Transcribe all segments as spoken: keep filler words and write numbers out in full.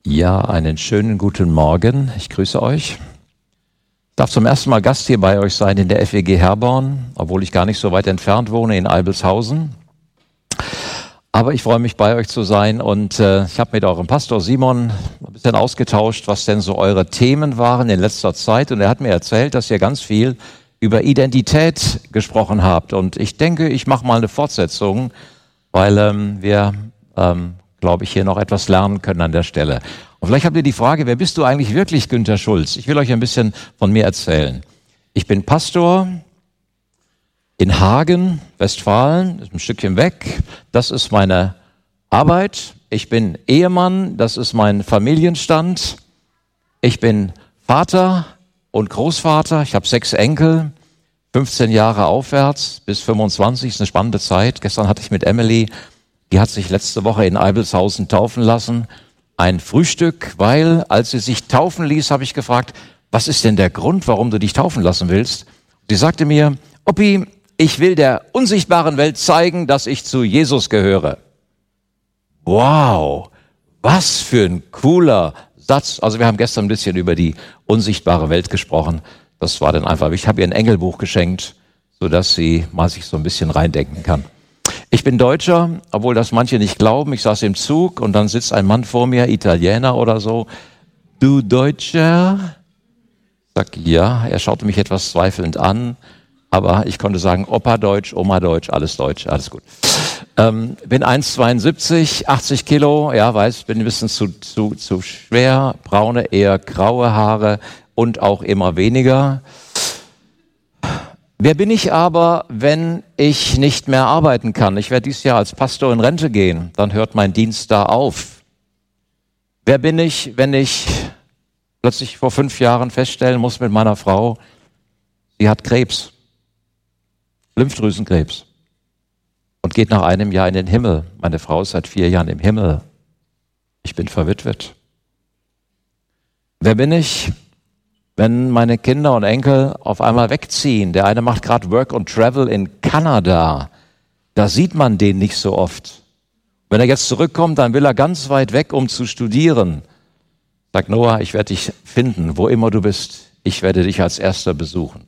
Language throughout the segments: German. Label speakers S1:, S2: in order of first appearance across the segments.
S1: Ja, einen schönen guten Morgen. Ich grüße euch. Ich darf zum ersten Mal Gast hier bei euch sein in der F E G Herborn, obwohl ich gar nicht so weit entfernt wohne, in Eibelshausen. Aber ich freue mich, bei euch zu sein, und äh, ich habe mit eurem Pastor Simon ein bisschen ausgetauscht, was denn so eure Themen waren in letzter Zeit, und er hat mir erzählt, dass ihr ganz viel über Identität gesprochen habt, und ich denke, ich mache mal eine Fortsetzung, weil ähm, wir, ähm, glaube ich, hier noch etwas lernen können an der Stelle. Und vielleicht habt ihr die Frage, wer bist du eigentlich wirklich, Günther Schulz? Ich will euch ein bisschen von mir erzählen. Ich bin Pastor in Hagen, Westfalen, ist ein Stückchen weg. Das ist meine Arbeit. Ich bin Ehemann, das ist mein Familienstand. Ich bin Vater und Großvater. Ich habe sechs Enkel, fünfzehn Jahre aufwärts bis fünfundzwanzig, ist eine spannende Zeit. Gestern hatte ich mit Emily, die hat sich letzte Woche in Eibelshausen taufen lassen, ein Frühstück, weil als sie sich taufen ließ, habe ich gefragt, was ist denn der Grund, warum du dich taufen lassen willst? Sie sagte mir, Oppi, ich will der unsichtbaren Welt zeigen, dass ich zu Jesus gehöre. Wow, was für ein cooler Satz. Also wir haben gestern ein bisschen über die unsichtbare Welt gesprochen. Das war dann einfach, ich habe ihr ein Engelbuch geschenkt, sodass sie mal sich so ein bisschen reindenken kann. Ich bin Deutscher, obwohl das manche nicht glauben. Ich saß im Zug und dann sitzt ein Mann vor mir, Italiener oder so. Du Deutscher? Sag ja, er schaute mich etwas zweifelnd an. Aber ich konnte sagen, Opa Deutsch, Oma Deutsch, alles Deutsch, alles gut. Ähm, bin eins Komma zweiundsiebzig, achtzig Kilo, ja, weiß, bin ein bisschen zu, zu, zu schwer, braune, eher graue Haare und auch immer weniger. Wer bin ich aber, wenn ich nicht mehr arbeiten kann? Ich werde dieses Jahr als Pastor in Rente gehen, dann hört mein Dienst da auf. Wer bin ich, wenn ich plötzlich vor fünf Jahren feststellen muss mit meiner Frau, sie hat Krebs? Lymphdrüsenkrebs, und geht nach einem Jahr in den Himmel. Meine Frau ist seit vier Jahren im Himmel. Ich bin verwitwet. Wer bin ich, wenn meine Kinder und Enkel auf einmal wegziehen? Der eine macht gerade Work and Travel in Kanada. Da sieht man den nicht so oft. Wenn er jetzt zurückkommt, dann will er ganz weit weg, um zu studieren. Sagt Noah, ich werde dich finden, wo immer du bist. Ich werde dich als Erster besuchen.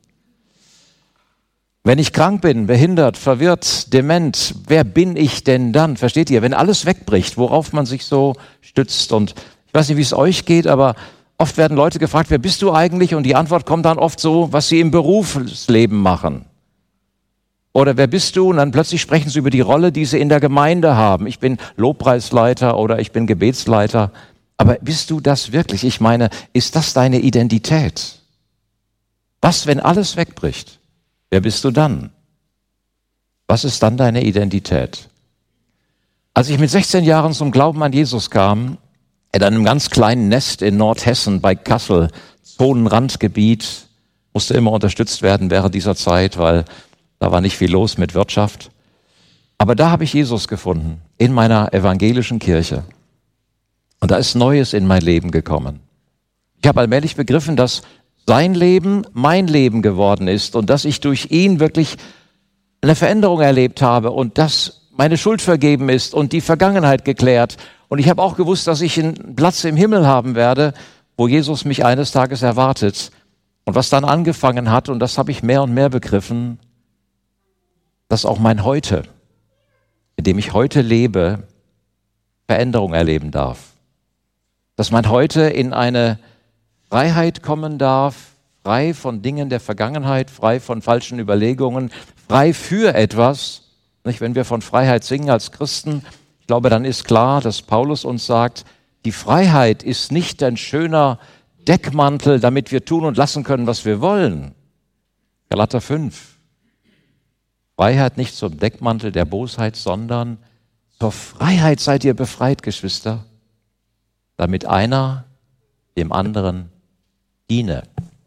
S1: Wenn ich krank bin, behindert, verwirrt, dement, wer bin ich denn dann? Versteht ihr? Wenn alles wegbricht, worauf man sich so stützt. Und ich weiß nicht, wie es euch geht, aber oft werden Leute gefragt, wer bist du eigentlich? Und die Antwort kommt dann oft so, was sie im Berufsleben machen. Oder wer bist du? Und dann plötzlich sprechen sie über die Rolle, die sie in der Gemeinde haben. Ich bin Lobpreisleiter oder ich bin Gebetsleiter. Aber bist du das wirklich? Ich meine, ist das deine Identität? Was, wenn alles wegbricht? Wer bist du dann? Was ist dann deine Identität? Als ich mit sechzehn Jahren zum Glauben an Jesus kam, in einem ganz kleinen Nest in Nordhessen bei Kassel, Zonenrandgebiet, musste immer unterstützt werden während dieser Zeit, weil da war nicht viel los mit Wirtschaft. Aber da habe ich Jesus gefunden, in meiner evangelischen Kirche. Und da ist Neues in mein Leben gekommen. Ich habe allmählich begriffen, dass sein Leben mein Leben geworden ist und dass ich durch ihn wirklich eine Veränderung erlebt habe und dass meine Schuld vergeben ist und die Vergangenheit geklärt. Und ich habe auch gewusst, dass ich einen Platz im Himmel haben werde, wo Jesus mich eines Tages erwartet. Und was dann angefangen hat, und das habe ich mehr und mehr begriffen, dass auch mein Heute, in dem ich heute lebe, Veränderung erleben darf. Dass mein Heute in eine Freiheit kommen darf, frei von Dingen der Vergangenheit, frei von falschen Überlegungen, frei für etwas. Nicht, wenn wir von Freiheit singen als Christen, ich glaube, dann ist klar, dass Paulus uns sagt, die Freiheit ist nicht ein schöner Deckmantel, damit wir tun und lassen können, was wir wollen. Galater fünf. Freiheit nicht zum Deckmantel der Bosheit, sondern zur Freiheit seid ihr befreit, Geschwister, damit einer dem anderen diene.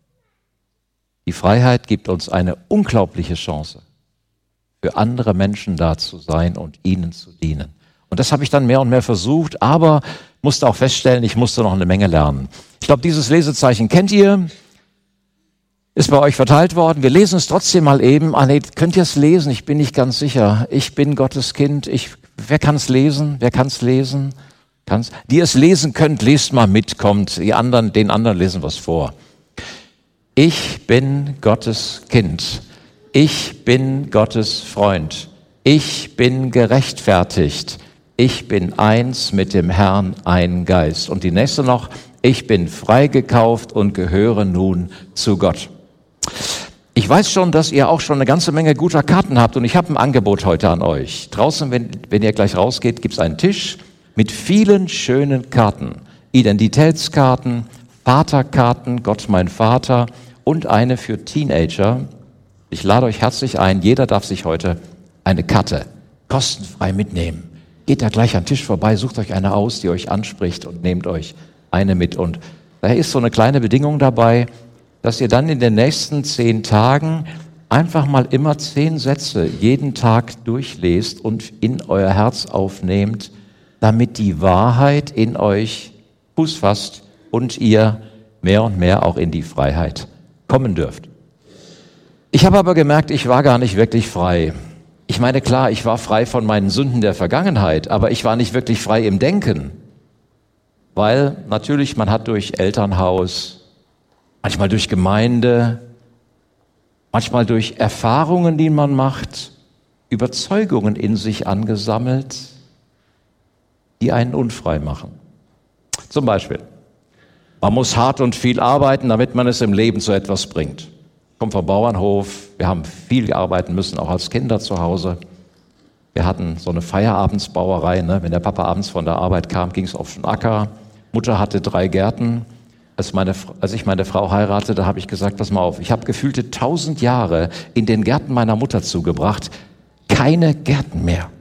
S1: Die Freiheit gibt uns eine unglaubliche Chance, für andere Menschen da zu sein und ihnen zu dienen. Und das habe ich dann mehr und mehr versucht, aber musste auch feststellen, ich musste noch eine Menge lernen. Ich glaube, dieses Lesezeichen kennt ihr, ist bei euch verteilt worden. Wir lesen es trotzdem mal eben. Ah, nee, könnt ihr es lesen? Ich bin nicht ganz sicher. Ich bin Gottes Kind. Ich, wer kann es lesen? Wer kann es lesen? Kannst, die ihr es lesen könnt, lest mal mit, kommt. Die anderen, den anderen lesen was vor. Ich bin Gottes Kind. Ich bin Gottes Freund. Ich bin gerechtfertigt. Ich bin eins mit dem Herrn, ein Geist. Und die nächste noch, ich bin freigekauft und gehöre nun zu Gott. Ich weiß schon, dass ihr auch schon eine ganze Menge guter Karten habt und ich habe ein Angebot heute an euch. Draußen, wenn, wenn ihr gleich rausgeht, gibt es einen Tisch mit vielen schönen Karten. Identitätskarten, Vaterkarten, Gott mein Vater und eine für Teenager. Ich lade euch herzlich ein, jeder darf sich heute eine Karte kostenfrei mitnehmen. Geht da gleich am Tisch vorbei, sucht euch eine aus, die euch anspricht und nehmt euch eine mit. Und da ist so eine kleine Bedingung dabei, dass ihr dann in den nächsten zehn Tagen einfach mal immer zehn Sätze jeden Tag durchlest und in euer Herz aufnehmt, damit die Wahrheit in euch Fuß fasst und ihr mehr und mehr auch in die Freiheit kommen dürft. Ich habe aber gemerkt, ich war gar nicht wirklich frei. Ich meine, klar, ich war frei von meinen Sünden der Vergangenheit, aber ich war nicht wirklich frei im Denken. Weil natürlich, man hat durch Elternhaus, manchmal durch Gemeinde, manchmal durch Erfahrungen, die man macht, Überzeugungen in sich angesammelt, die einen unfrei machen. Zum Beispiel, man muss hart und viel arbeiten, damit man es im Leben zu etwas bringt. Ich komme vom Bauernhof, wir haben viel arbeiten müssen, auch als Kinder zu Hause. Wir hatten so eine Feierabendsbauerei, ne? Wenn der Papa abends von der Arbeit kam, ging es auf den Acker. Mutter hatte drei Gärten. Als, meine, als ich meine Frau heiratete, habe ich gesagt, pass mal auf, ich habe gefühlte tausend Jahre in den Gärten meiner Mutter zugebracht, keine Gärten mehr.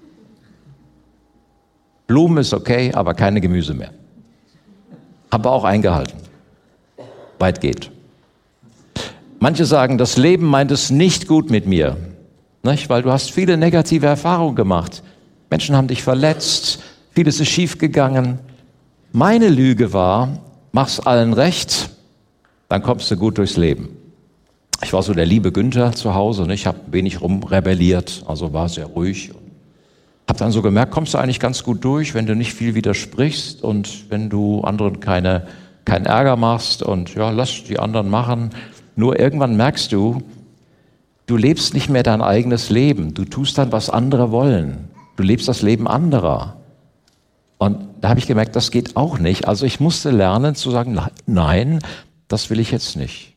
S1: Blumen ist okay, aber keine Gemüse mehr. Habe auch eingehalten. Weitgehend. Manche sagen, das Leben meint es nicht gut mit mir, nicht? Weil du hast viele negative Erfahrungen gemacht. Menschen haben dich verletzt, vieles ist schiefgegangen. Meine Lüge war, mach's allen recht, dann kommst du gut durchs Leben. Ich war so der liebe Günther zu Hause, ne? Ich habe wenig rumrebelliert, also war sehr ruhig. Habe dann so gemerkt, kommst du eigentlich ganz gut durch, wenn du nicht viel widersprichst und wenn du anderen keine, keinen Ärger machst und ja, lass die anderen machen. Nur irgendwann merkst du, du lebst nicht mehr dein eigenes Leben. Du tust dann, was andere wollen. Du lebst das Leben anderer. Und da habe ich gemerkt, das geht auch nicht. Also ich musste lernen zu sagen, nein, das will ich jetzt nicht.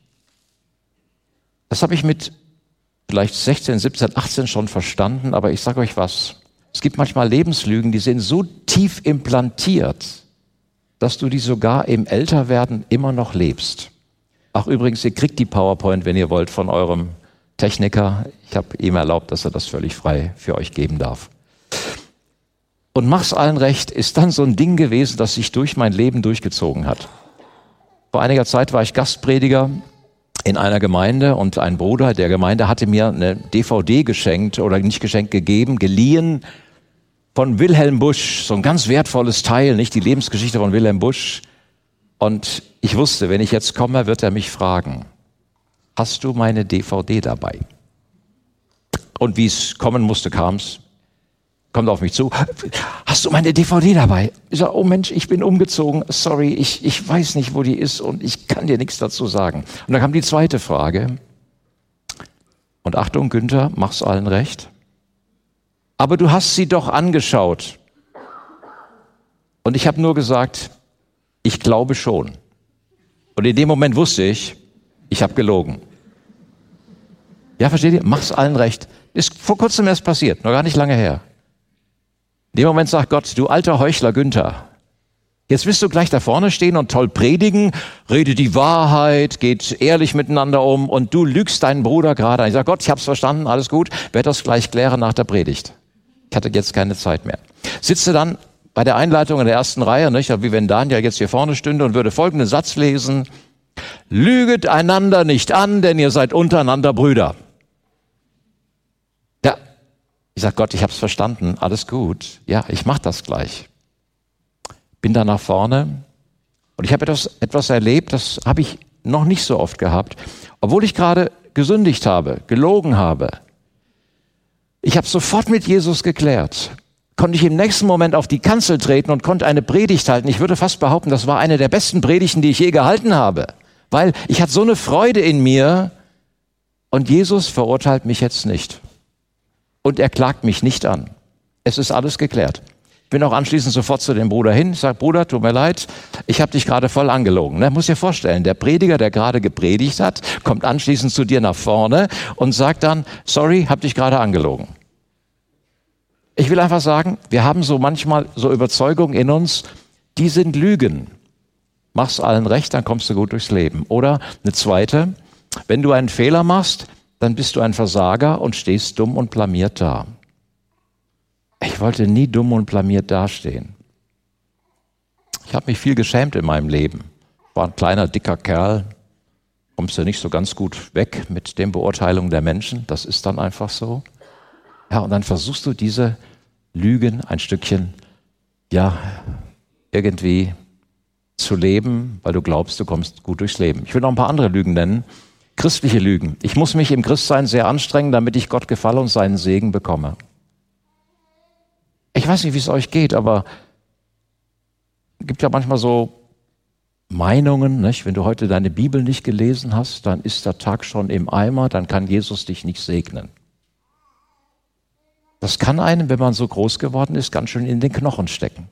S1: Das habe ich mit vielleicht sechzehn, siebzehn, achtzehn schon verstanden, aber ich sage euch was. Es gibt manchmal Lebenslügen, die sind so tief implantiert, dass du die sogar im Älterwerden immer noch lebst. Ach übrigens, ihr kriegt die PowerPoint, wenn ihr wollt, von eurem Techniker. Ich habe ihm erlaubt, dass er das völlig frei für euch geben darf. Und mach's allen recht ist dann so ein Ding gewesen, das sich durch mein Leben durchgezogen hat. Vor einiger Zeit war ich Gastprediger in einer Gemeinde und ein Bruder der Gemeinde hatte mir eine D V D geschenkt oder nicht geschenkt gegeben, geliehen von Wilhelm Busch, so ein ganz wertvolles Teil, nicht die Lebensgeschichte von Wilhelm Busch. Und ich wusste, wenn ich jetzt komme, wird er mich fragen, hast du meine D V D dabei? Und wie es kommen musste, kam's. Kommt auf mich zu, hast du meine D V D dabei? Ich sage, oh Mensch, ich bin umgezogen, sorry, ich, ich weiß nicht, wo die ist und ich kann dir nichts dazu sagen. Und dann kam die zweite Frage. Und Achtung, Günther, mach's allen recht. Aber du hast sie doch angeschaut. Und ich habe nur gesagt, ich glaube schon. Und in dem Moment wusste ich, ich habe gelogen. Ja, versteht ihr? Mach's allen recht. Ist vor kurzem erst passiert, noch gar nicht lange her. In dem Moment sagt Gott, du alter Heuchler Günther, jetzt wirst du gleich da vorne stehen und toll predigen, rede die Wahrheit, geht ehrlich miteinander um und du lügst deinen Bruder gerade an. Ich sage, Gott, ich hab's verstanden, alles gut, werde das gleich klären nach der Predigt. Ich hatte jetzt keine Zeit mehr. Sitze dann bei der Einleitung in der ersten Reihe, nicht, wie wenn Daniel jetzt hier vorne stünde und würde folgenden Satz lesen, lüget einander nicht an, denn ihr seid untereinander Brüder. Ja. Ich sage, Gott, ich habe es verstanden, alles gut. Ja, ich mache das gleich. Bin da nach vorne und ich habe etwas, etwas erlebt, das habe ich noch nicht so oft gehabt, obwohl ich gerade gesündigt habe, gelogen habe. Ich habe sofort mit Jesus geklärt. konnte ich im nächsten Moment auf die Kanzel treten und konnte eine Predigt halten. Ich würde fast behaupten, das war eine der besten Predigten, die ich je gehalten habe. Weil ich hatte so eine Freude in mir und Jesus verurteilt mich jetzt nicht. Und er klagt mich nicht an. Es ist alles geklärt. Ich bin auch anschließend sofort zu dem Bruder hin. Ich sage, Bruder, tut mir leid, ich habe dich gerade voll angelogen. Ne? Muss dir vorstellen, der Prediger, der gerade gepredigt hat, kommt anschließend zu dir nach vorne und sagt dann, sorry, habe dich gerade angelogen. Ich will einfach sagen, wir haben so manchmal so Überzeugungen in uns, die sind Lügen. Mach's allen recht, dann kommst du gut durchs Leben. Oder eine zweite, wenn du einen Fehler machst, dann bist du ein Versager und stehst dumm und blamiert da. Ich wollte nie dumm und blamiert dastehen. Ich habe mich viel geschämt in meinem Leben. Ich war ein kleiner, dicker Kerl. Kommst du nicht so ganz gut weg mit den Beurteilungen der Menschen. Das ist dann einfach so. Ja, und dann versuchst du diese Lügen ein Stückchen, ja, irgendwie zu leben, weil du glaubst, du kommst gut durchs Leben. Ich will noch ein paar andere Lügen nennen. Christliche Lügen. Ich muss mich im Christsein sehr anstrengen, damit ich Gott gefalle und seinen Segen bekomme. Ich weiß nicht, wie es euch geht, aber es gibt ja manchmal so Meinungen, nicht? Wenn du heute deine Bibel nicht gelesen hast, dann ist der Tag schon im Eimer, dann kann Jesus dich nicht segnen. Das kann einem, wenn man so groß geworden ist, ganz schön in den Knochen stecken.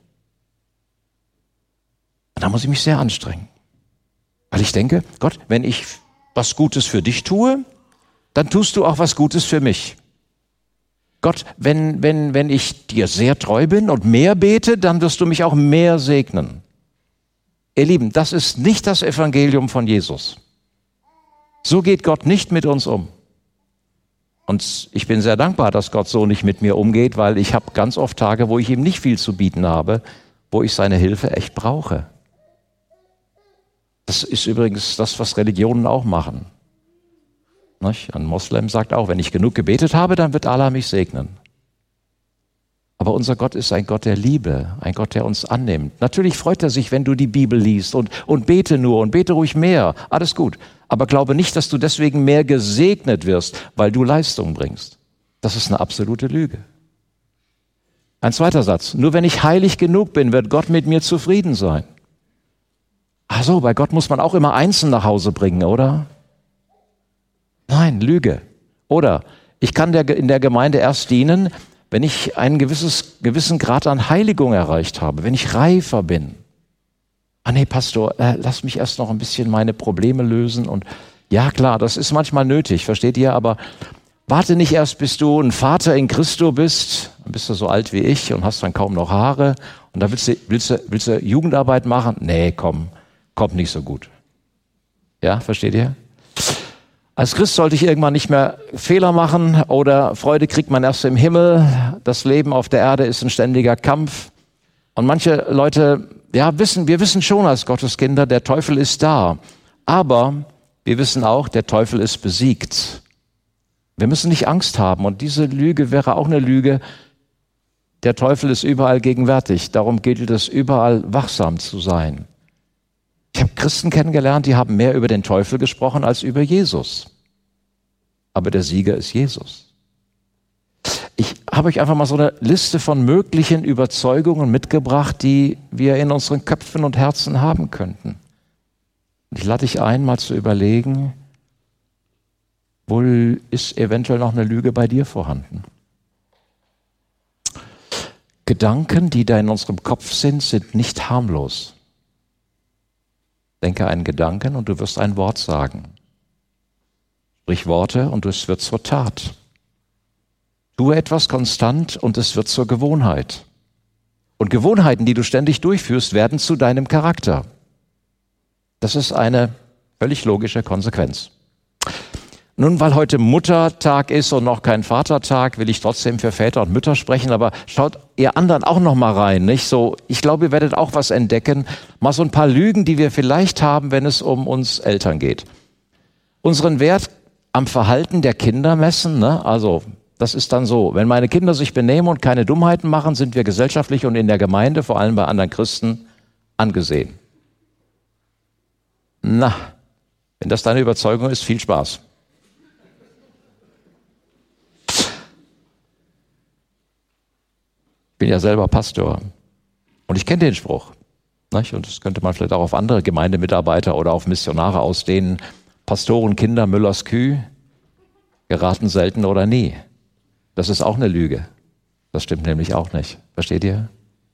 S1: Und da muss ich mich sehr anstrengen. Weil ich denke, Gott, wenn ich was Gutes für dich tue, dann tust du auch was Gutes für mich. Gott, wenn, wenn, wenn ich dir sehr treu bin und mehr bete, dann wirst du mich auch mehr segnen. Ihr Lieben, das ist nicht das Evangelium von Jesus. So geht Gott nicht mit uns um. Und ich bin sehr dankbar, dass Gott so nicht mit mir umgeht, weil ich habe ganz oft Tage, wo ich ihm nicht viel zu bieten habe, wo ich seine Hilfe echt brauche. Das ist übrigens das, was Religionen auch machen. Ein Moslem sagt auch, wenn ich genug gebetet habe, dann wird Allah mich segnen. Aber unser Gott ist ein Gott der Liebe, ein Gott, der uns annimmt. Natürlich freut er sich, wenn du die Bibel liest und, und bete nur und bete ruhig mehr. Alles gut. Aber glaube nicht, dass du deswegen mehr gesegnet wirst, weil du Leistung bringst. Das ist eine absolute Lüge. Ein zweiter Satz. Nur wenn ich heilig genug bin, wird Gott mit mir zufrieden sein. Ach so, bei Gott muss man auch immer einzeln nach Hause bringen, oder? Nein, Lüge. Oder ich kann der, in der Gemeinde erst dienen, wenn ich einen gewisses, gewissen Grad an Heiligung erreicht habe, wenn ich reifer bin. Ah nee, Pastor, äh, lass mich erst noch ein bisschen meine Probleme lösen. Und ja klar, das ist manchmal nötig, versteht ihr? Aber warte nicht erst, bis du ein Vater in Christo bist. Dann bist du so alt wie ich und hast dann kaum noch Haare. Und da willst du, willst du, willst du Jugendarbeit machen? Nee, komm, kommt nicht so gut. Ja, versteht ihr? Als Christ sollte ich irgendwann nicht mehr Fehler machen oder Freude kriegt man erst im Himmel. Das Leben auf der Erde ist ein ständiger Kampf. Und manche Leute, ja, wissen, wir wissen schon als Gotteskinder, der Teufel ist da. Aber wir wissen auch, der Teufel ist besiegt. Wir müssen nicht Angst haben. Und diese Lüge wäre auch eine Lüge. Der Teufel ist überall gegenwärtig. Darum gilt es, überall wachsam zu sein. Ich habe Christen kennengelernt, die haben mehr über den Teufel gesprochen als über Jesus. Aber der Sieger ist Jesus. Ich habe euch einfach mal so eine Liste von möglichen Überzeugungen mitgebracht, die wir in unseren Köpfen und Herzen haben könnten. Und ich lade dich ein, mal zu überlegen, wo ist eventuell noch eine Lüge bei dir vorhanden? Gedanken, die da in unserem Kopf sind, sind nicht harmlos. Denke einen Gedanken und du wirst ein Wort sagen. Sprich Worte und es wird zur Tat. Tue etwas konstant und es wird zur Gewohnheit. Und Gewohnheiten, die du ständig durchführst, werden zu deinem Charakter. Das ist eine völlig logische Konsequenz. Nun, weil heute Muttertag ist und noch kein Vatertag, will ich trotzdem für Väter und Mütter sprechen, aber schaut ihr anderen auch noch mal rein, nicht? So, ich glaube, ihr werdet auch was entdecken. Mal so ein paar Lügen, die wir vielleicht haben, wenn es um uns Eltern geht. Unseren Wert am Verhalten der Kinder messen, ne? Also, das ist dann so, wenn meine Kinder sich benehmen und keine Dummheiten machen, sind wir gesellschaftlich und in der Gemeinde, vor allem bei anderen Christen, angesehen. Na, wenn das deine Überzeugung ist, viel Spaß. bin ja selber Pastor und ich kenne den Spruch. Nicht? Und das könnte man vielleicht auch auf andere Gemeindemitarbeiter oder auf Missionare ausdehnen. Pastoren, Kinder, Müllers Kühe geraten selten oder nie. Das ist auch eine Lüge. Das stimmt nämlich auch nicht. Versteht ihr?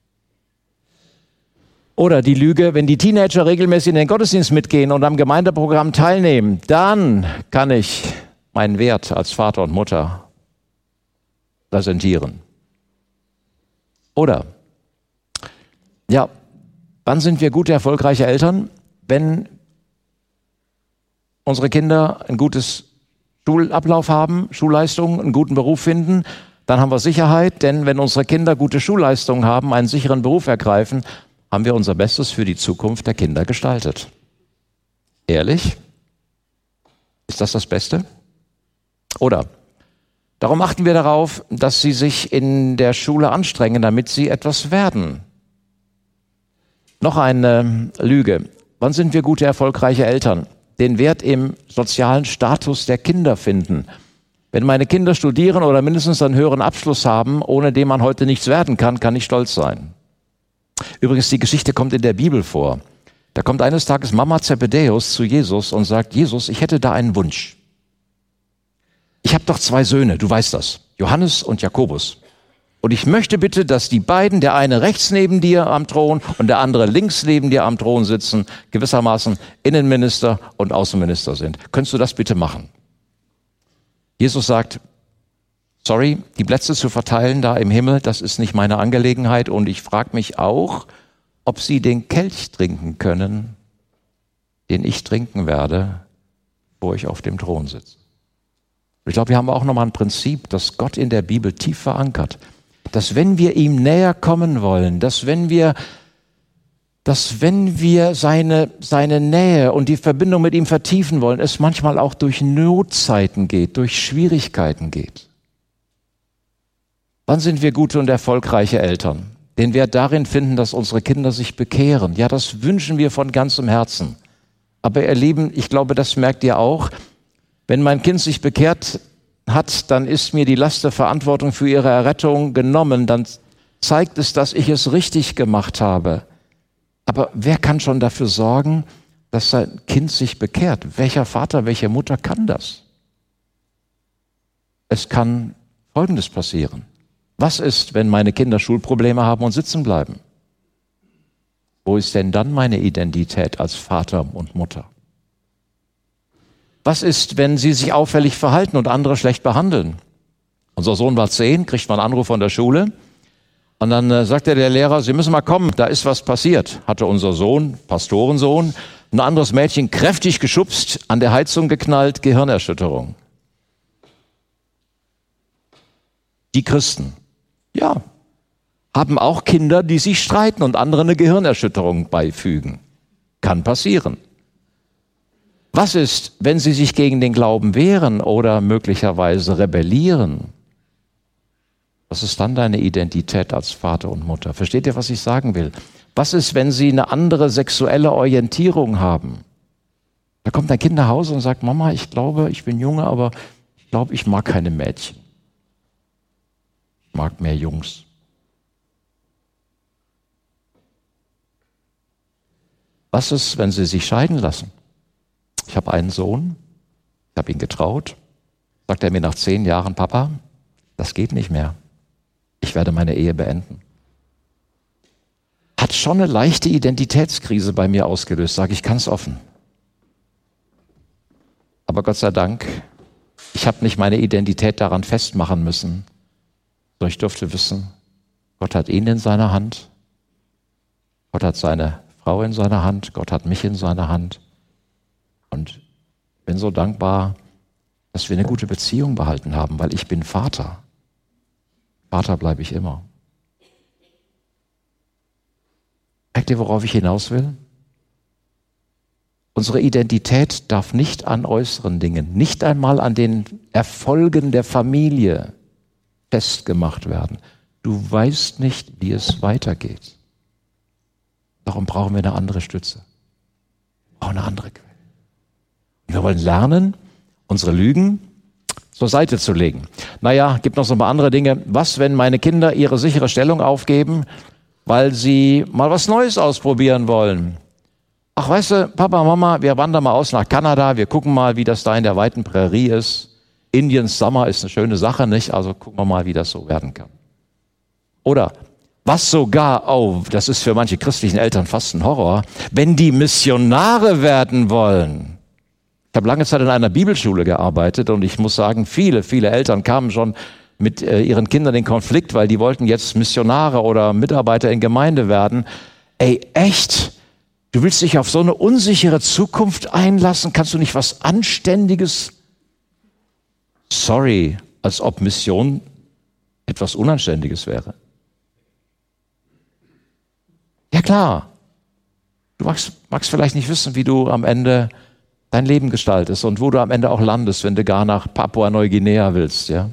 S1: Oder die Lüge, wenn die Teenager regelmäßig in den Gottesdienst mitgehen und am Gemeindeprogramm teilnehmen, dann kann ich meinen Wert als Vater und Mutter präsentieren. Oder, ja, wann sind wir gute, erfolgreiche Eltern? Wenn unsere Kinder ein gutes Schulablauf haben, Schulleistungen, einen guten Beruf finden, dann haben wir Sicherheit, denn wenn unsere Kinder gute Schulleistungen haben, einen sicheren Beruf ergreifen, haben wir unser Bestes für die Zukunft der Kinder gestaltet. Ehrlich? Ist das das Beste? Oder, darum achten wir darauf, dass sie sich in der Schule anstrengen, damit sie etwas werden. Noch eine Lüge. Wann sind wir gute, erfolgreiche Eltern? Den Wert im sozialen Status der Kinder finden. Wenn meine Kinder studieren oder mindestens einen höheren Abschluss haben, ohne den man heute nichts werden kann, kann ich stolz sein. Übrigens, die Geschichte kommt in der Bibel vor. Da kommt eines Tages Mama Zebedäus zu Jesus und sagt, Jesus, ich hätte da einen Wunsch. Ich habe doch zwei Söhne, du weißt das, Johannes und Jakobus. Und ich möchte bitte, dass die beiden, der eine rechts neben dir am Thron und der andere links neben dir am Thron sitzen, gewissermaßen Innenminister und Außenminister sind. Könntest du das bitte machen? Jesus sagt, sorry, die Plätze zu verteilen da im Himmel, das ist nicht meine Angelegenheit. Und ich frage mich auch, ob sie den Kelch trinken können, den ich trinken werde, wo ich auf dem Thron sitze. Ich glaube, wir haben auch nochmal ein Prinzip, das Gott in der Bibel tief verankert. Dass wenn wir ihm näher kommen wollen, dass wenn wir, dass wenn wir seine, seine Nähe und die Verbindung mit ihm vertiefen wollen, es manchmal auch durch Notzeiten geht, durch Schwierigkeiten geht. Wann sind wir gute und erfolgreiche Eltern? Den Wert darin finden, dass unsere Kinder sich bekehren. Ja, das wünschen wir von ganzem Herzen. Aber ihr Lieben, ich glaube, das merkt ihr auch, wenn mein Kind sich bekehrt hat, dann ist mir die Last der Verantwortung für ihre Errettung genommen. Dann zeigt es, dass ich es richtig gemacht habe. Aber wer kann schon dafür sorgen, dass sein Kind sich bekehrt? Welcher Vater, welche Mutter kann das? Es kann Folgendes passieren. Was ist, wenn meine Kinder Schulprobleme haben und sitzen bleiben? Wo ist denn dann meine Identität als Vater und Mutter? Was ist, wenn sie sich auffällig verhalten und andere schlecht behandeln? Unser Sohn war zehn, kriegt man einen Anruf von der Schule und dann äh, sagte der Lehrer, Sie müssen mal kommen, da ist was passiert. Hatte unser Sohn, Pastorensohn, ein anderes Mädchen kräftig geschubst, an der Heizung geknallt, Gehirnerschütterung. Die Christen, ja, haben auch Kinder, die sich streiten und anderen eine Gehirnerschütterung beifügen. Kann passieren. Was ist, wenn sie sich gegen den Glauben wehren oder möglicherweise rebellieren? Was ist dann deine Identität als Vater und Mutter? Versteht ihr, was ich sagen will? Was ist, wenn sie eine andere sexuelle Orientierung haben? Da kommt ein Kind nach Hause und sagt, Mama, ich glaube, ich bin Junge, aber ich glaube, ich mag keine Mädchen. Ich mag mehr Jungs. Was ist, wenn sie sich scheiden lassen? Ich habe einen Sohn, ich habe ihn getraut, sagt er mir nach zehn Jahren, Papa, das geht nicht mehr. Ich werde meine Ehe beenden. Hat schon eine leichte Identitätskrise bei mir ausgelöst, sage ich ganz offen. Aber Gott sei Dank, ich habe nicht meine Identität daran festmachen müssen, sondern ich durfte wissen, Gott hat ihn in seiner Hand, Gott hat seine Frau in seiner Hand, Gott hat mich in seiner Hand. Und bin so dankbar, dass wir eine gute Beziehung behalten haben, weil ich bin Vater. Vater bleibe ich immer. Merkt ihr, worauf ich hinaus will? Unsere Identität darf nicht an äußeren Dingen, nicht einmal an den Erfolgen der Familie festgemacht werden. Du weißt nicht, wie es weitergeht. Darum brauchen wir eine andere Stütze. Wir brauchen eine andere Quelle. Wir wollen lernen, unsere Lügen zur Seite zu legen. Naja, gibt noch so ein paar andere Dinge. Was, wenn meine Kinder ihre sichere Stellung aufgeben, weil sie mal was Neues ausprobieren wollen? Ach, weißt du, Papa, Mama, wir wandern mal aus nach Kanada, wir gucken mal, wie das da in der weiten Prärie ist. Indiens Sommer ist eine schöne Sache, nicht? Also gucken wir mal, wie das so werden kann. Oder was sogar, oh, das ist für manche christlichen Eltern fast ein Horror, wenn die Missionare werden wollen. Ich habe lange Zeit in einer Bibelschule gearbeitet und ich muss sagen, viele, viele Eltern kamen schon mit äh, ihren Kindern in Konflikt, weil die wollten jetzt Missionare oder Mitarbeiter in Gemeinde werden. Ey, echt? Du willst dich auf so eine unsichere Zukunft einlassen? Kannst du nicht was Anständiges? Sorry, als ob Mission etwas Unanständiges wäre. Ja klar, du magst, magst vielleicht nicht wissen, wie du am Ende dein Leben gestaltest und wo du am Ende auch landest, wenn du gar nach Papua-Neuguinea willst, ja.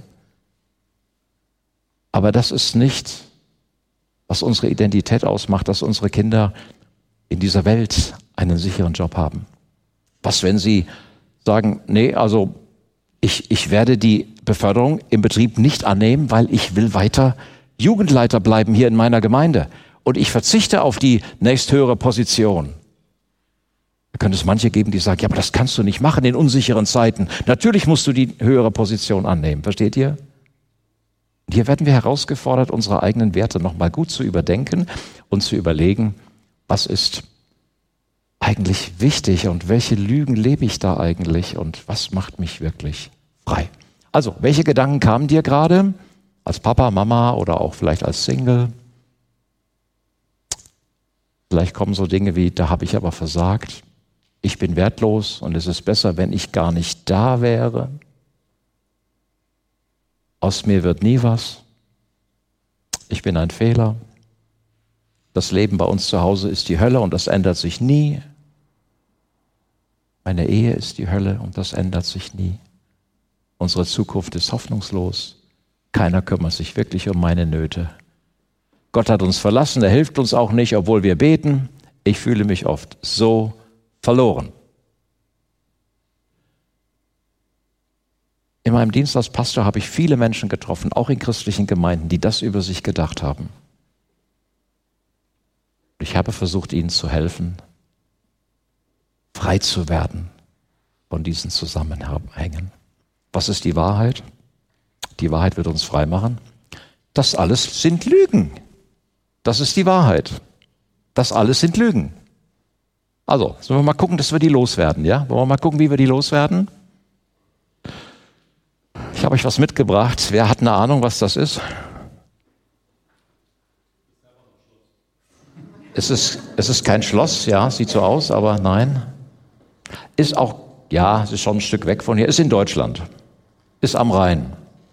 S1: Aber das ist nicht, was unsere Identität ausmacht, dass unsere Kinder in dieser Welt einen sicheren Job haben. Was, wenn sie sagen, nee, also ich, ich werde die Beförderung im Betrieb nicht annehmen, weil ich will weiter Jugendleiter bleiben hier in meiner Gemeinde und ich verzichte auf die nächsthöhere Position. Da könnte es manche geben, die sagen, ja, aber das kannst du nicht machen in unsicheren Zeiten. Natürlich musst du die höhere Position annehmen. Versteht ihr? Und hier werden wir herausgefordert, unsere eigenen Werte nochmal gut zu überdenken und zu überlegen, was ist eigentlich wichtig und welche Lügen lebe ich da eigentlich und was macht mich wirklich frei? Also, welche Gedanken kamen dir gerade als Papa, Mama oder auch vielleicht als Single? Vielleicht kommen so Dinge wie, da habe ich aber versagt. Ich bin wertlos und es ist besser, wenn ich gar nicht da wäre. Aus mir wird nie was. Ich bin ein Fehler. Das Leben bei uns zu Hause ist die Hölle und das ändert sich nie. Meine Ehe ist die Hölle und das ändert sich nie. Unsere Zukunft ist hoffnungslos. Keiner kümmert sich wirklich um meine Nöte. Gott hat uns verlassen, er hilft uns auch nicht, obwohl wir beten. Ich fühle mich oft so verloren. In meinem Dienst als Pastor habe ich viele Menschen getroffen, auch in christlichen Gemeinden, die das über sich gedacht haben. Ich habe versucht, ihnen zu helfen, frei zu werden von diesen Zusammenhängen. Was ist die Wahrheit? Die Wahrheit wird uns frei machen. Das alles sind Lügen. Das ist die Wahrheit. Das alles sind Lügen. Also, sollen wir mal gucken, dass wir die loswerden, ja? Wollen wir mal gucken, wie wir die loswerden? Ich habe euch was mitgebracht. Wer hat eine Ahnung, was das ist? Es ist, es ist kein Schloss, ja, sieht so aus, aber nein. Ist auch, ja, es ist schon ein Stück weg von hier. Ist in Deutschland. Ist am Rhein.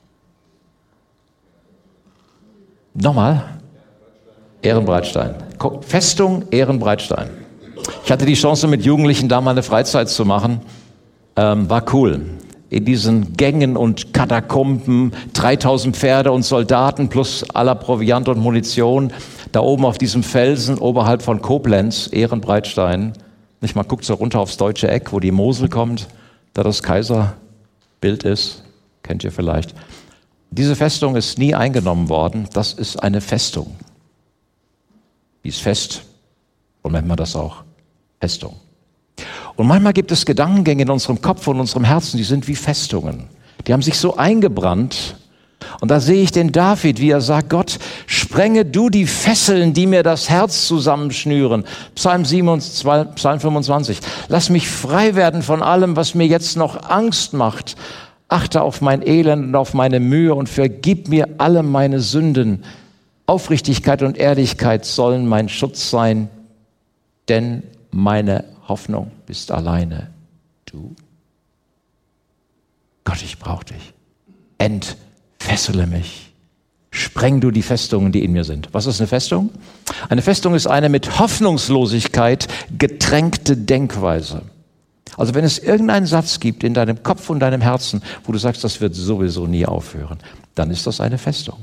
S1: Nochmal. Ehrenbreitstein. Festung Ehrenbreitstein. Ich hatte die Chance, mit Jugendlichen da mal eine Freizeit zu machen. Ähm, war cool. In diesen Gängen und Katakomben, dreitausend Pferde und Soldaten plus aller Proviant und Munition. Da oben auf diesem Felsen, oberhalb von Koblenz, Ehrenbreitstein. Nicht mal guckt so runter aufs deutsche Eck, wo die Mosel kommt, da das Kaiserbild ist. Kennt ihr vielleicht. Diese Festung ist nie eingenommen worden. Das ist eine Festung. Die ist fest. Und nennt man das auch Festung. Und manchmal gibt es Gedankengänge in unserem Kopf und unserem Herzen, die sind wie Festungen. Die haben sich so eingebrannt. Und da sehe ich den David, wie er sagt, Gott, sprenge du die Fesseln, die mir das Herz zusammenschnüren. Psalm siebenundzwanzig, Psalm fünfundzwanzig. Lass mich frei werden von allem, was mir jetzt noch Angst macht. Achte auf mein Elend und auf meine Mühe und vergib mir alle meine Sünden. Aufrichtigkeit und Ehrlichkeit sollen mein Schutz sein, denn meine Hoffnung bist alleine du. Gott, ich brauche dich. Entfessele mich. Spreng du die Festungen, die in mir sind. Was ist eine Festung? Eine Festung ist eine mit Hoffnungslosigkeit getränkte Denkweise. Also wenn es irgendeinen Satz gibt in deinem Kopf und deinem Herzen, wo du sagst, das wird sowieso nie aufhören, dann ist das eine Festung.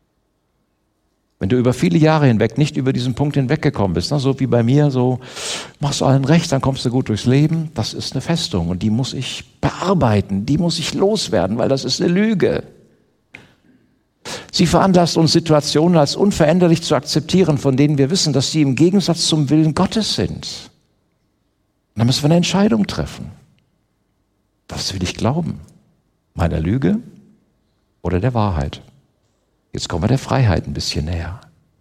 S1: Wenn du über viele Jahre hinweg nicht über diesen Punkt hinweggekommen bist, ne, so wie bei mir, so machst du allen recht, dann kommst du gut durchs Leben. Das ist eine Festung und die muss ich bearbeiten, die muss ich loswerden, weil das ist eine Lüge. Sie veranlasst uns, Situationen als unveränderlich zu akzeptieren, von denen wir wissen, dass sie im Gegensatz zum Willen Gottes sind. Und dann müssen wir eine Entscheidung treffen. Was will ich glauben? Meiner Lüge oder der Wahrheit? Jetzt kommen wir der Freiheit ein bisschen näher.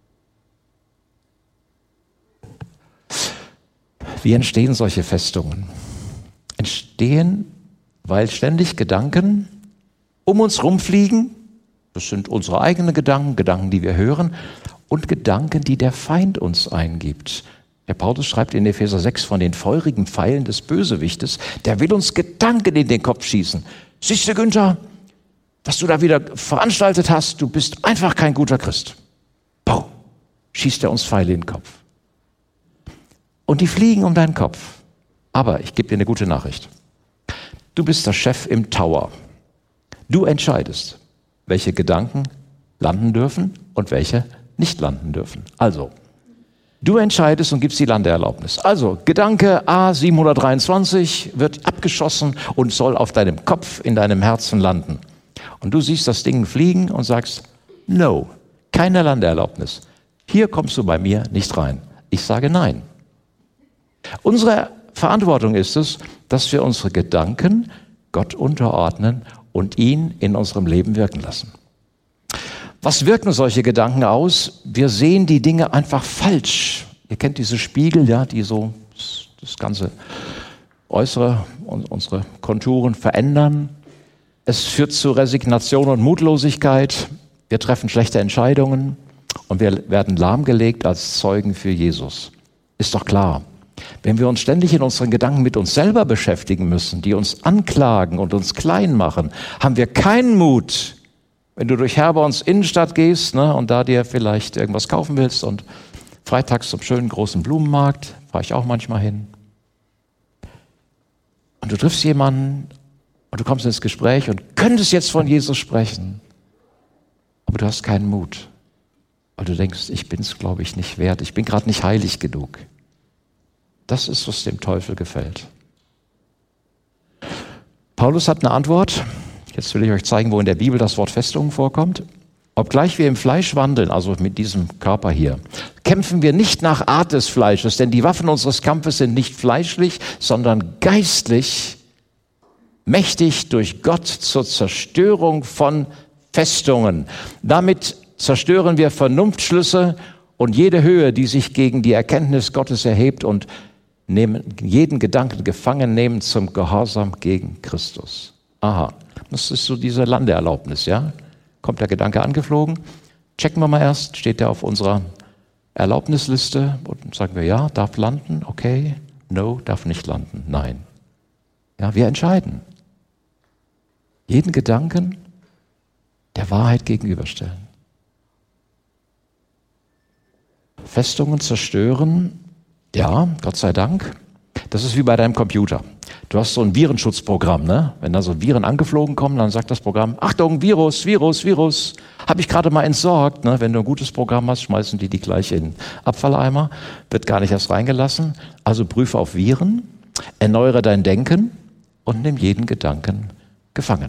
S1: Wie entstehen solche Festungen? Entstehen, weil ständig Gedanken um uns rumfliegen. Das sind unsere eigenen Gedanken, Gedanken, die wir hören, und Gedanken, die der Feind uns eingibt. Der Paulus schreibt in Epheser sechs von den feurigen Pfeilen des Bösewichtes. Der will uns Gedanken in den Kopf schießen. Siehst du, Günther, was du da wieder veranstaltet hast, du bist einfach kein guter Christ. Bau, schießt er uns Pfeile in den Kopf. Und die fliegen um deinen Kopf. Aber ich gebe dir eine gute Nachricht. Du bist der Chef im Tower. Du entscheidest, welche Gedanken landen dürfen und welche nicht landen dürfen. Also, du entscheidest und gibst die Landeerlaubnis. Also, Gedanke A siebenhundertdreiundzwanzig wird abgeschossen und soll auf deinem Kopf, in deinem Herzen landen. Und du siehst das Ding fliegen und sagst, no, keine Landeerlaubnis. Hier kommst du bei mir nicht rein. Ich sage nein. Unsere Verantwortung ist es, dass wir unsere Gedanken Gott unterordnen und ihn in unserem Leben wirken lassen. Was wirken solche Gedanken aus? Wir sehen die Dinge einfach falsch. Ihr kennt diese Spiegel, ja, die so das ganze Äußere und unsere Konturen verändern. Es führt zu Resignation und Mutlosigkeit. Wir treffen schlechte Entscheidungen und wir werden lahmgelegt als Zeugen für Jesus. Ist doch klar. Wenn wir uns ständig in unseren Gedanken mit uns selber beschäftigen müssen, die uns anklagen und uns klein machen, haben wir keinen Mut. Wenn du durch Herborns Innenstadt gehst, ne, und da dir vielleicht irgendwas kaufen willst und freitags zum schönen großen Blumenmarkt, fahre ich auch manchmal hin, und du triffst jemanden und du kommst ins Gespräch und könntest jetzt von Jesus sprechen, aber du hast keinen Mut, weil du denkst, ich bin es, glaube ich, nicht wert, ich bin gerade nicht heilig genug. Das ist, was dem Teufel gefällt. Paulus hat eine Antwort. Jetzt will ich euch zeigen, wo in der Bibel das Wort Festung vorkommt. Obgleich wir im Fleisch wandeln, also mit diesem Körper hier, kämpfen wir nicht nach Art des Fleisches, denn die Waffen unseres Kampfes sind nicht fleischlich, sondern geistlich, mächtig durch Gott zur Zerstörung von Festungen. Damit zerstören wir Vernunftschlüsse und jede Höhe, die sich gegen die Erkenntnis Gottes erhebt, und nehmen jeden Gedanken gefangen nehmen zum Gehorsam gegen Christus. Aha, das ist so diese Landeerlaubnis, ja? Kommt der Gedanke angeflogen, checken wir mal erst, steht der auf unserer Erlaubnisliste und sagen wir, ja, darf landen, okay, no, darf nicht landen, nein. Ja, wir entscheiden. Jeden Gedanken der Wahrheit gegenüberstellen. Festungen zerstören, ja, Gott sei Dank. Das ist wie bei deinem Computer. Du hast so ein Virenschutzprogramm, ne? Wenn da so Viren angeflogen kommen, dann sagt das Programm, Achtung, Virus, Virus, Virus, habe ich gerade mal entsorgt. Ne? Wenn du ein gutes Programm hast, schmeißen die die gleich in den Abfalleimer, wird gar nicht erst reingelassen. Also prüfe auf Viren, erneuere dein Denken und nimm jeden Gedanken gefangen.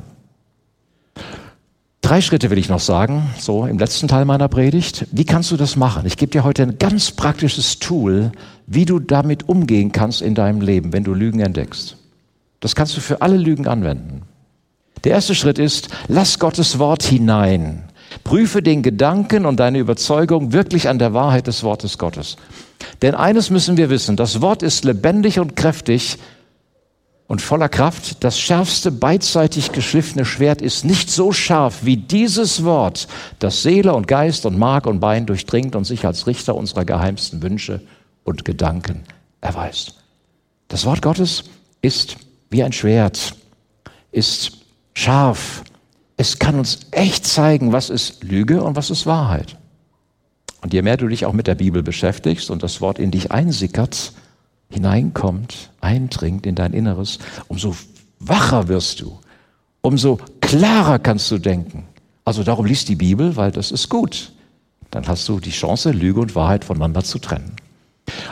S1: Drei Schritte will ich noch sagen, so im letzten Teil meiner Predigt. Wie kannst du das machen? Ich gebe dir heute ein ganz praktisches Tool, wie du damit umgehen kannst in deinem Leben, wenn du Lügen entdeckst. Das kannst du für alle Lügen anwenden. Der erste Schritt ist, lass Gottes Wort hinein. Prüfe den Gedanken und deine Überzeugung wirklich an der Wahrheit des Wortes Gottes. Denn eines müssen wir wissen, das Wort ist lebendig und kräftig und voller Kraft. Das schärfste beidseitig geschliffene Schwert ist nicht so scharf wie dieses Wort, das Seele und Geist und Mark und Bein durchdringt und sich als Richter unserer geheimsten Wünsche und Gedanken erweist. Das Wort Gottes ist wie ein Schwert, ist scharf. Es kann uns echt zeigen, was ist Lüge und was ist Wahrheit. Und je mehr du dich auch mit der Bibel beschäftigst und das Wort in dich einsickert, hineinkommt, eindringt in dein Inneres, umso wacher wirst du, umso klarer kannst du denken. Also darum liest die Bibel, weil das ist gut. Dann hast du die Chance, Lüge und Wahrheit voneinander zu trennen.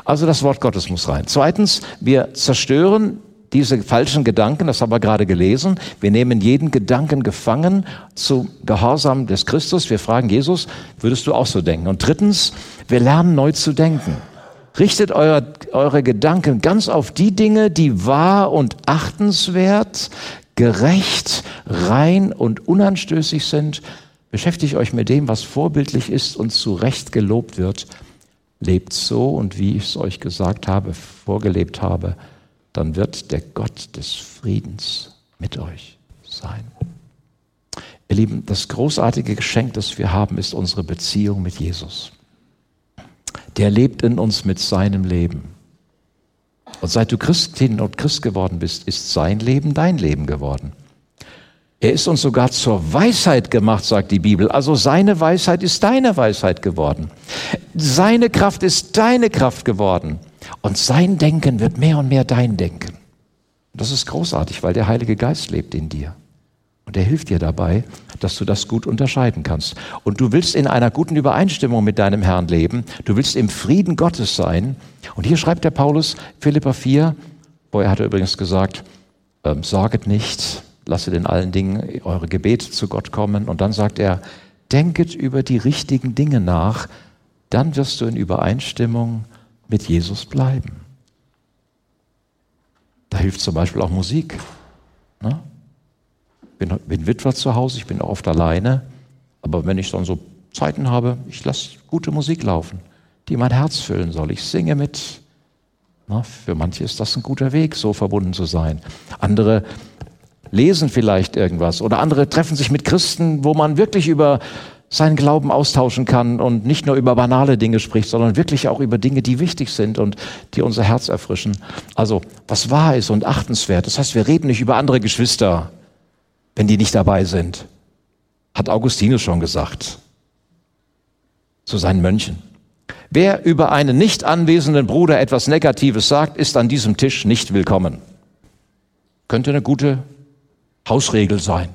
S1: Also das Wort Gottes muss rein. Zweitens, wir zerstören diese falschen Gedanken, das haben wir gerade gelesen. Wir nehmen jeden Gedanken gefangen zum Gehorsam des Christus. Wir fragen Jesus, würdest du auch so denken? Und drittens, wir lernen neu zu denken. Richtet eure, eure Gedanken ganz auf die Dinge, die wahr und achtenswert, gerecht, rein und unanstößig sind. Beschäftigt euch mit dem, was vorbildlich ist und zu Recht gelobt wird. Lebt so und wie ich es euch gesagt habe, vorgelebt habe, dann wird der Gott des Friedens mit euch sein. Ihr Lieben, das großartige Geschenk, das wir haben, ist unsere Beziehung mit Jesus. Der lebt in uns mit seinem Leben. Und seit du Christin und Christ geworden bist, ist sein Leben dein Leben geworden. Er ist uns sogar zur Weisheit gemacht, sagt die Bibel. Also seine Weisheit ist deine Weisheit geworden. Seine Kraft ist deine Kraft geworden. Und sein Denken wird mehr und mehr dein Denken. Das ist großartig, weil der Heilige Geist lebt in dir. Und er hilft dir dabei, dass du das gut unterscheiden kannst. Und du willst in einer guten Übereinstimmung mit deinem Herrn leben. Du willst im Frieden Gottes sein. Und hier schreibt der Paulus, Philipper vier, vorher hat er übrigens gesagt, ähm, sorget nicht, lasset in allen Dingen eure Gebete zu Gott kommen. Und dann sagt er, denket über die richtigen Dinge nach, dann wirst du in Übereinstimmung mit Jesus bleiben. Da hilft zum Beispiel auch Musik. Ne? Bin, bin Witwer zu Hause, ich bin auch oft alleine. Aber wenn ich dann so Zeiten habe, ich lasse gute Musik laufen, die mein Herz füllen soll. Ich singe mit. Na, für manche ist das ein guter Weg, so verbunden zu sein. Andere lesen vielleicht irgendwas oder andere treffen sich mit Christen, wo man wirklich über seinen Glauben austauschen kann und nicht nur über banale Dinge spricht, sondern wirklich auch über Dinge, die wichtig sind und die unser Herz erfrischen. Also, was wahr ist und achtenswert. Das heißt, wir reden nicht über andere Geschwister, wenn die nicht dabei sind. Hat Augustinus schon gesagt. Zu seinen Mönchen. Wer über einen nicht anwesenden Bruder etwas Negatives sagt, ist an diesem Tisch nicht willkommen. Könnte eine gute Hausregel sein.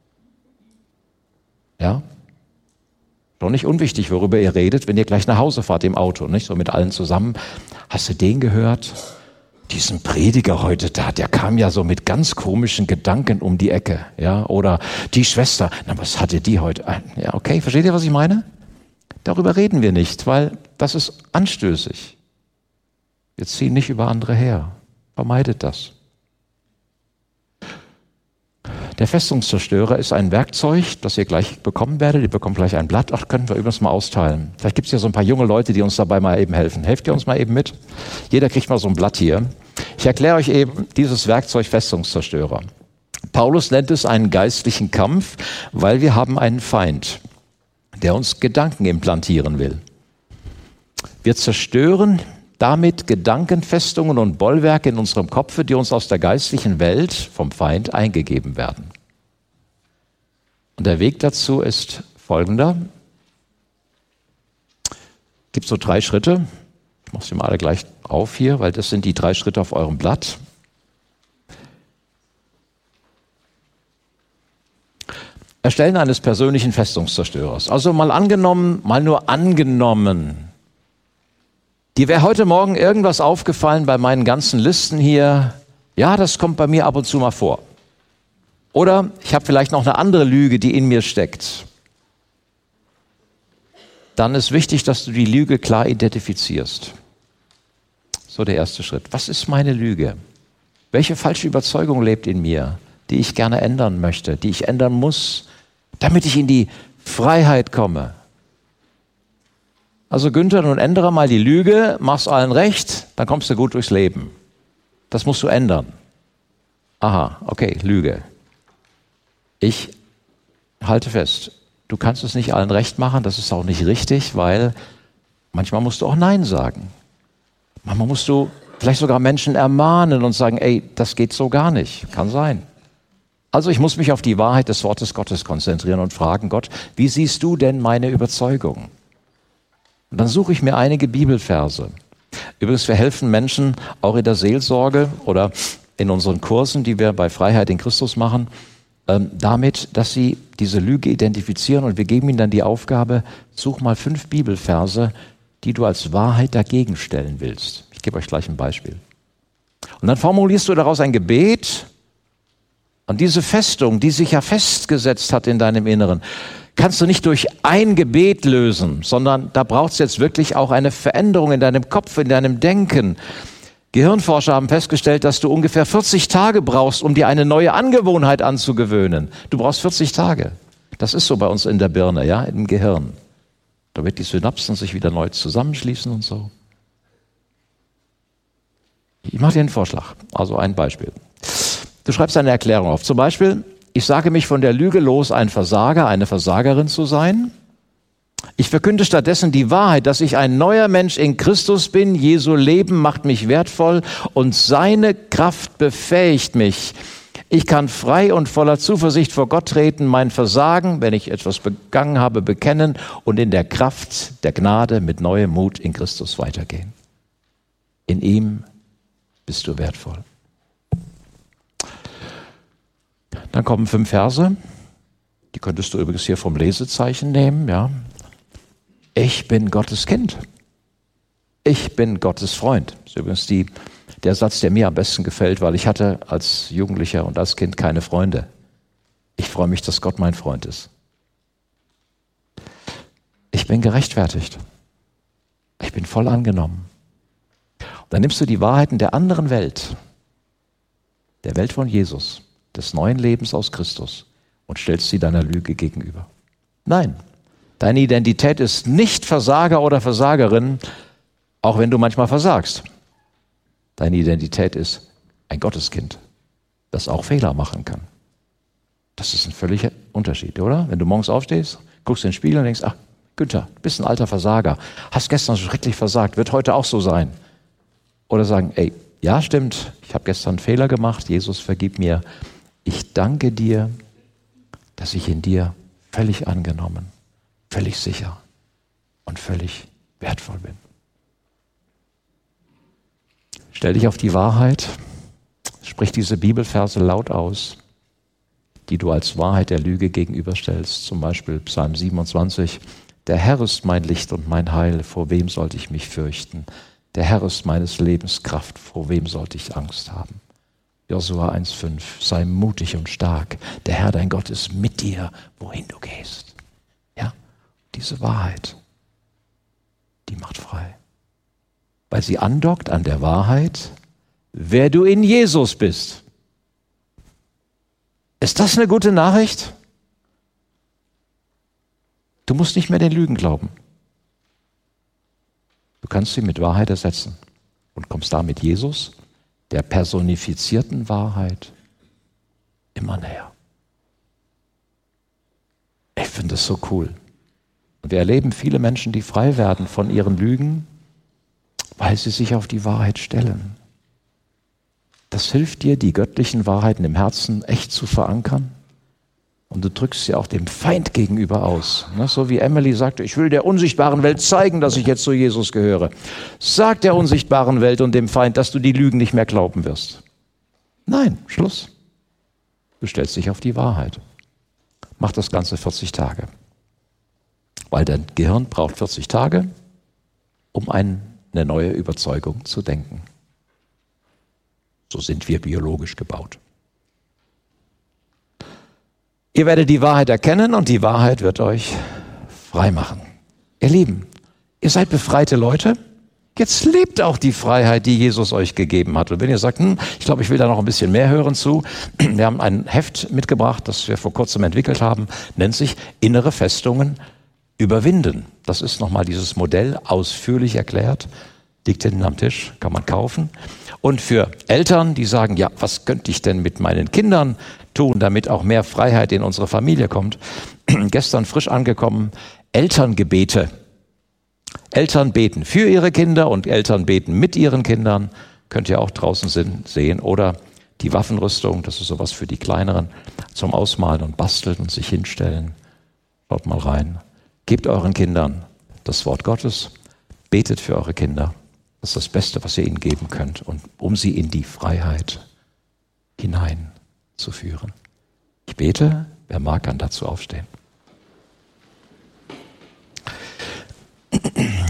S1: Ja? Doch nicht unwichtig, worüber ihr redet, wenn ihr gleich nach Hause fahrt im Auto, nicht? So mit allen zusammen. Hast du den gehört? Diesen Prediger heute da, der kam ja so mit ganz komischen Gedanken um die Ecke, ja? Oder die Schwester, na, was hatte die heute? Ja, okay, versteht ihr, was ich meine? Darüber reden wir nicht, weil das ist anstößig. Wir ziehen nicht über andere her. Vermeidet das. Der Festungszerstörer ist ein Werkzeug, das ihr gleich bekommen werdet. Ihr bekommt gleich ein Blatt. Ach, können wir übrigens mal austeilen. Vielleicht gibt es ja so ein paar junge Leute, die uns dabei mal eben helfen. Helft ihr uns mal eben mit? Jeder kriegt mal so ein Blatt hier. Ich erkläre euch eben dieses Werkzeug Festungszerstörer. Paulus nennt es einen geistlichen Kampf, weil wir haben einen Feind, der uns Gedanken implantieren will. Wir zerstören damit Gedankenfestungen und Bollwerke in unserem Kopfe, die uns aus der geistlichen Welt vom Feind eingegeben werden. Und der Weg dazu ist folgender. Es gibt so drei Schritte. Ich mache sie mal alle gleich auf hier, weil das sind die drei Schritte auf eurem Blatt. Erstellen eines persönlichen Festungszerstörers. Also mal angenommen, mal nur angenommen. Dir wäre heute Morgen irgendwas aufgefallen bei meinen ganzen Listen hier. Ja, das kommt bei mir ab und zu mal vor. Oder ich habe vielleicht noch eine andere Lüge, die in mir steckt. Dann ist wichtig, dass du die Lüge klar identifizierst. So der erste Schritt. Was ist meine Lüge? Welche falsche Überzeugung lebt in mir, die ich gerne ändern möchte, die ich ändern muss, damit ich in die Freiheit komme? Also Günther, nun ändere mal die Lüge, mach's allen recht, dann kommst du gut durchs Leben. Das musst du ändern. Aha, okay, Lüge. Ich halte fest, du kannst es nicht allen recht machen, das ist auch nicht richtig, weil manchmal musst du auch Nein sagen. Manchmal musst du vielleicht sogar Menschen ermahnen und sagen, ey, das geht so gar nicht. Kann sein. Also ich muss mich auf die Wahrheit des Wortes Gottes konzentrieren und fragen, Gott, wie siehst du denn meine Überzeugung? Und dann suche ich mir einige Bibelverse. Übrigens, wir helfen Menschen auch in der Seelsorge oder in unseren Kursen, die wir bei Freiheit in Christus machen, ähm, damit, dass sie diese Lüge identifizieren und wir geben ihnen dann die Aufgabe, such mal fünf Bibelverse, die du als Wahrheit dagegen stellen willst. Ich gebe euch gleich ein Beispiel. Und dann formulierst du daraus ein Gebet. Und diese Festung, die sich ja festgesetzt hat in deinem Inneren, kannst du nicht durch ein Gebet lösen, sondern da braucht es jetzt wirklich auch eine Veränderung in deinem Kopf, in deinem Denken. Gehirnforscher haben festgestellt, dass du ungefähr vierzig Tage brauchst, um dir eine neue Angewohnheit anzugewöhnen. Du brauchst vierzig Tage. Das ist so bei uns in der Birne, ja, im Gehirn. Damit die Synapsen sich wieder neu zusammenschließen und so. Ich mache dir einen Vorschlag, also ein Beispiel. Du schreibst eine Erklärung auf. Zum Beispiel, ich sage mich von der Lüge los, ein Versager, eine Versagerin zu sein. Ich verkünde stattdessen die Wahrheit, dass ich ein neuer Mensch in Christus bin. Jesu Leben macht mich wertvoll und seine Kraft befähigt mich. Ich kann frei und voller Zuversicht vor Gott treten, mein Versagen, wenn ich etwas begangen habe, bekennen und in der Kraft der Gnade mit neuem Mut in Christus weitergehen. In ihm bist du wertvoll. Dann kommen fünf Verse, die könntest du übrigens hier vom Lesezeichen nehmen, ja. Ich bin Gottes Kind. Ich bin Gottes Freund. Das ist übrigens die, der Satz, der mir am besten gefällt, weil ich hatte als Jugendlicher und als Kind keine Freunde. Ich freue mich, dass Gott mein Freund ist. Ich bin gerechtfertigt. Ich bin voll angenommen. Und dann nimmst du die Wahrheiten der anderen Welt, der Welt von Jesus, des neuen Lebens aus Christus und stellst sie deiner Lüge gegenüber. Nein, deine Identität ist nicht Versager oder Versagerin, auch wenn du manchmal versagst. Deine Identität ist ein Gotteskind, das auch Fehler machen kann. Das ist ein völliger Unterschied, oder? Wenn du morgens aufstehst, guckst in den Spiegel und denkst, ach, Günther, du bist ein alter Versager, hast gestern schrecklich versagt, wird heute auch so sein. Oder sagen, ey, ja stimmt, ich habe gestern einen Fehler gemacht, Jesus vergib mir. Ich danke dir, dass ich in dir völlig angenommen, völlig sicher und völlig wertvoll bin. Stell dich auf die Wahrheit, sprich diese Bibelverse laut aus, die du als Wahrheit der Lüge gegenüberstellst. Zum Beispiel Psalm siebenundzwanzig. Der Herr ist mein Licht und mein Heil, vor wem sollte ich mich fürchten? Der Herr ist meines Lebens Kraft, vor wem sollte ich Angst haben? Josua eins fünf, sei mutig und stark. Der Herr, dein Gott, ist mit dir, wohin du gehst. Ja, diese Wahrheit, die macht frei. Weil sie andockt an der Wahrheit, wer du in Jesus bist. Ist das eine gute Nachricht? Du musst nicht mehr den Lügen glauben. Du kannst sie mit Wahrheit ersetzen und kommst damit Jesus, der personifizierten Wahrheit, immer näher. Ich finde das so cool. Und wir erleben viele Menschen, die frei werden von ihren Lügen, weil sie sich auf die Wahrheit stellen. Das hilft dir, die göttlichen Wahrheiten im Herzen echt zu verankern. Und du drückst sie auch dem Feind gegenüber aus. So wie Emily sagte, ich will der unsichtbaren Welt zeigen, dass ich jetzt zu Jesus gehöre. Sag der unsichtbaren Welt und dem Feind, dass du die Lügen nicht mehr glauben wirst. Nein, Schluss. Du stellst dich auf die Wahrheit. Mach das Ganze vierzig Tage. Weil dein Gehirn braucht vierzig Tage, um eine neue Überzeugung zu denken. So sind wir biologisch gebaut. Ihr werdet die Wahrheit erkennen und die Wahrheit wird euch frei machen. Ihr Lieben, ihr seid befreite Leute. Jetzt lebt auch die Freiheit, die Jesus euch gegeben hat. Und wenn ihr sagt, hm, ich glaube, ich will da noch ein bisschen mehr hören zu, wir haben ein Heft mitgebracht, das wir vor kurzem entwickelt haben, nennt sich Innere Festungen überwinden. Das ist nochmal dieses Modell ausführlich erklärt. Liegt hinten am Tisch, kann man kaufen. Und für Eltern, die sagen, ja, was könnte ich denn mit meinen Kindern tun, damit auch mehr Freiheit in unsere Familie kommt. Gestern frisch angekommen, Elterngebete. Eltern beten für ihre Kinder und Eltern beten mit ihren Kindern. Könnt ihr auch draußen sehen. Oder die Waffenrüstung, das ist sowas für die Kleineren, zum Ausmalen und Basteln und sich hinstellen. Schaut mal rein. Gebt euren Kindern das Wort Gottes. Betet für eure Kinder. Das ist das Beste, was ihr ihnen geben könnt, und um sie in die Freiheit hineinzuführen. Ich bete, wer mag, kann dazu aufstehen.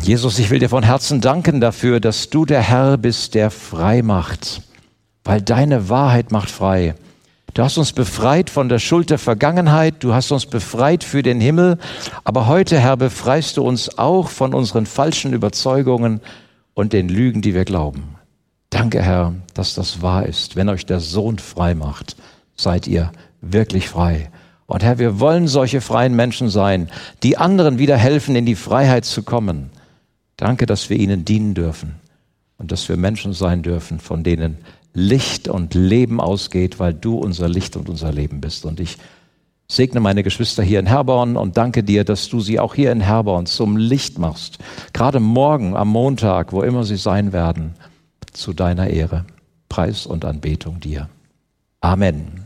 S1: Jesus, ich will dir von Herzen danken dafür, dass du der Herr bist, der frei macht, weil deine Wahrheit macht frei. Du hast uns befreit von der Schuld der Vergangenheit, du hast uns befreit für den Himmel, aber heute, Herr, befreist du uns auch von unseren falschen Überzeugungen und den Lügen, die wir glauben. Danke, Herr, dass das wahr ist. Wenn euch der Sohn frei macht, seid ihr wirklich frei. Und Herr, wir wollen solche freien Menschen sein, die anderen wieder helfen, in die Freiheit zu kommen. Danke, dass wir ihnen dienen dürfen und dass wir Menschen sein dürfen, von denen Licht und Leben ausgeht, weil du unser Licht und unser Leben bist. Und ich segne meine Geschwister hier in Herborn und danke dir, dass du sie auch hier in Herborn zum Licht machst. Gerade morgen, am Montag, wo immer sie sein werden, zu deiner Ehre. Preis und Anbetung dir. Amen.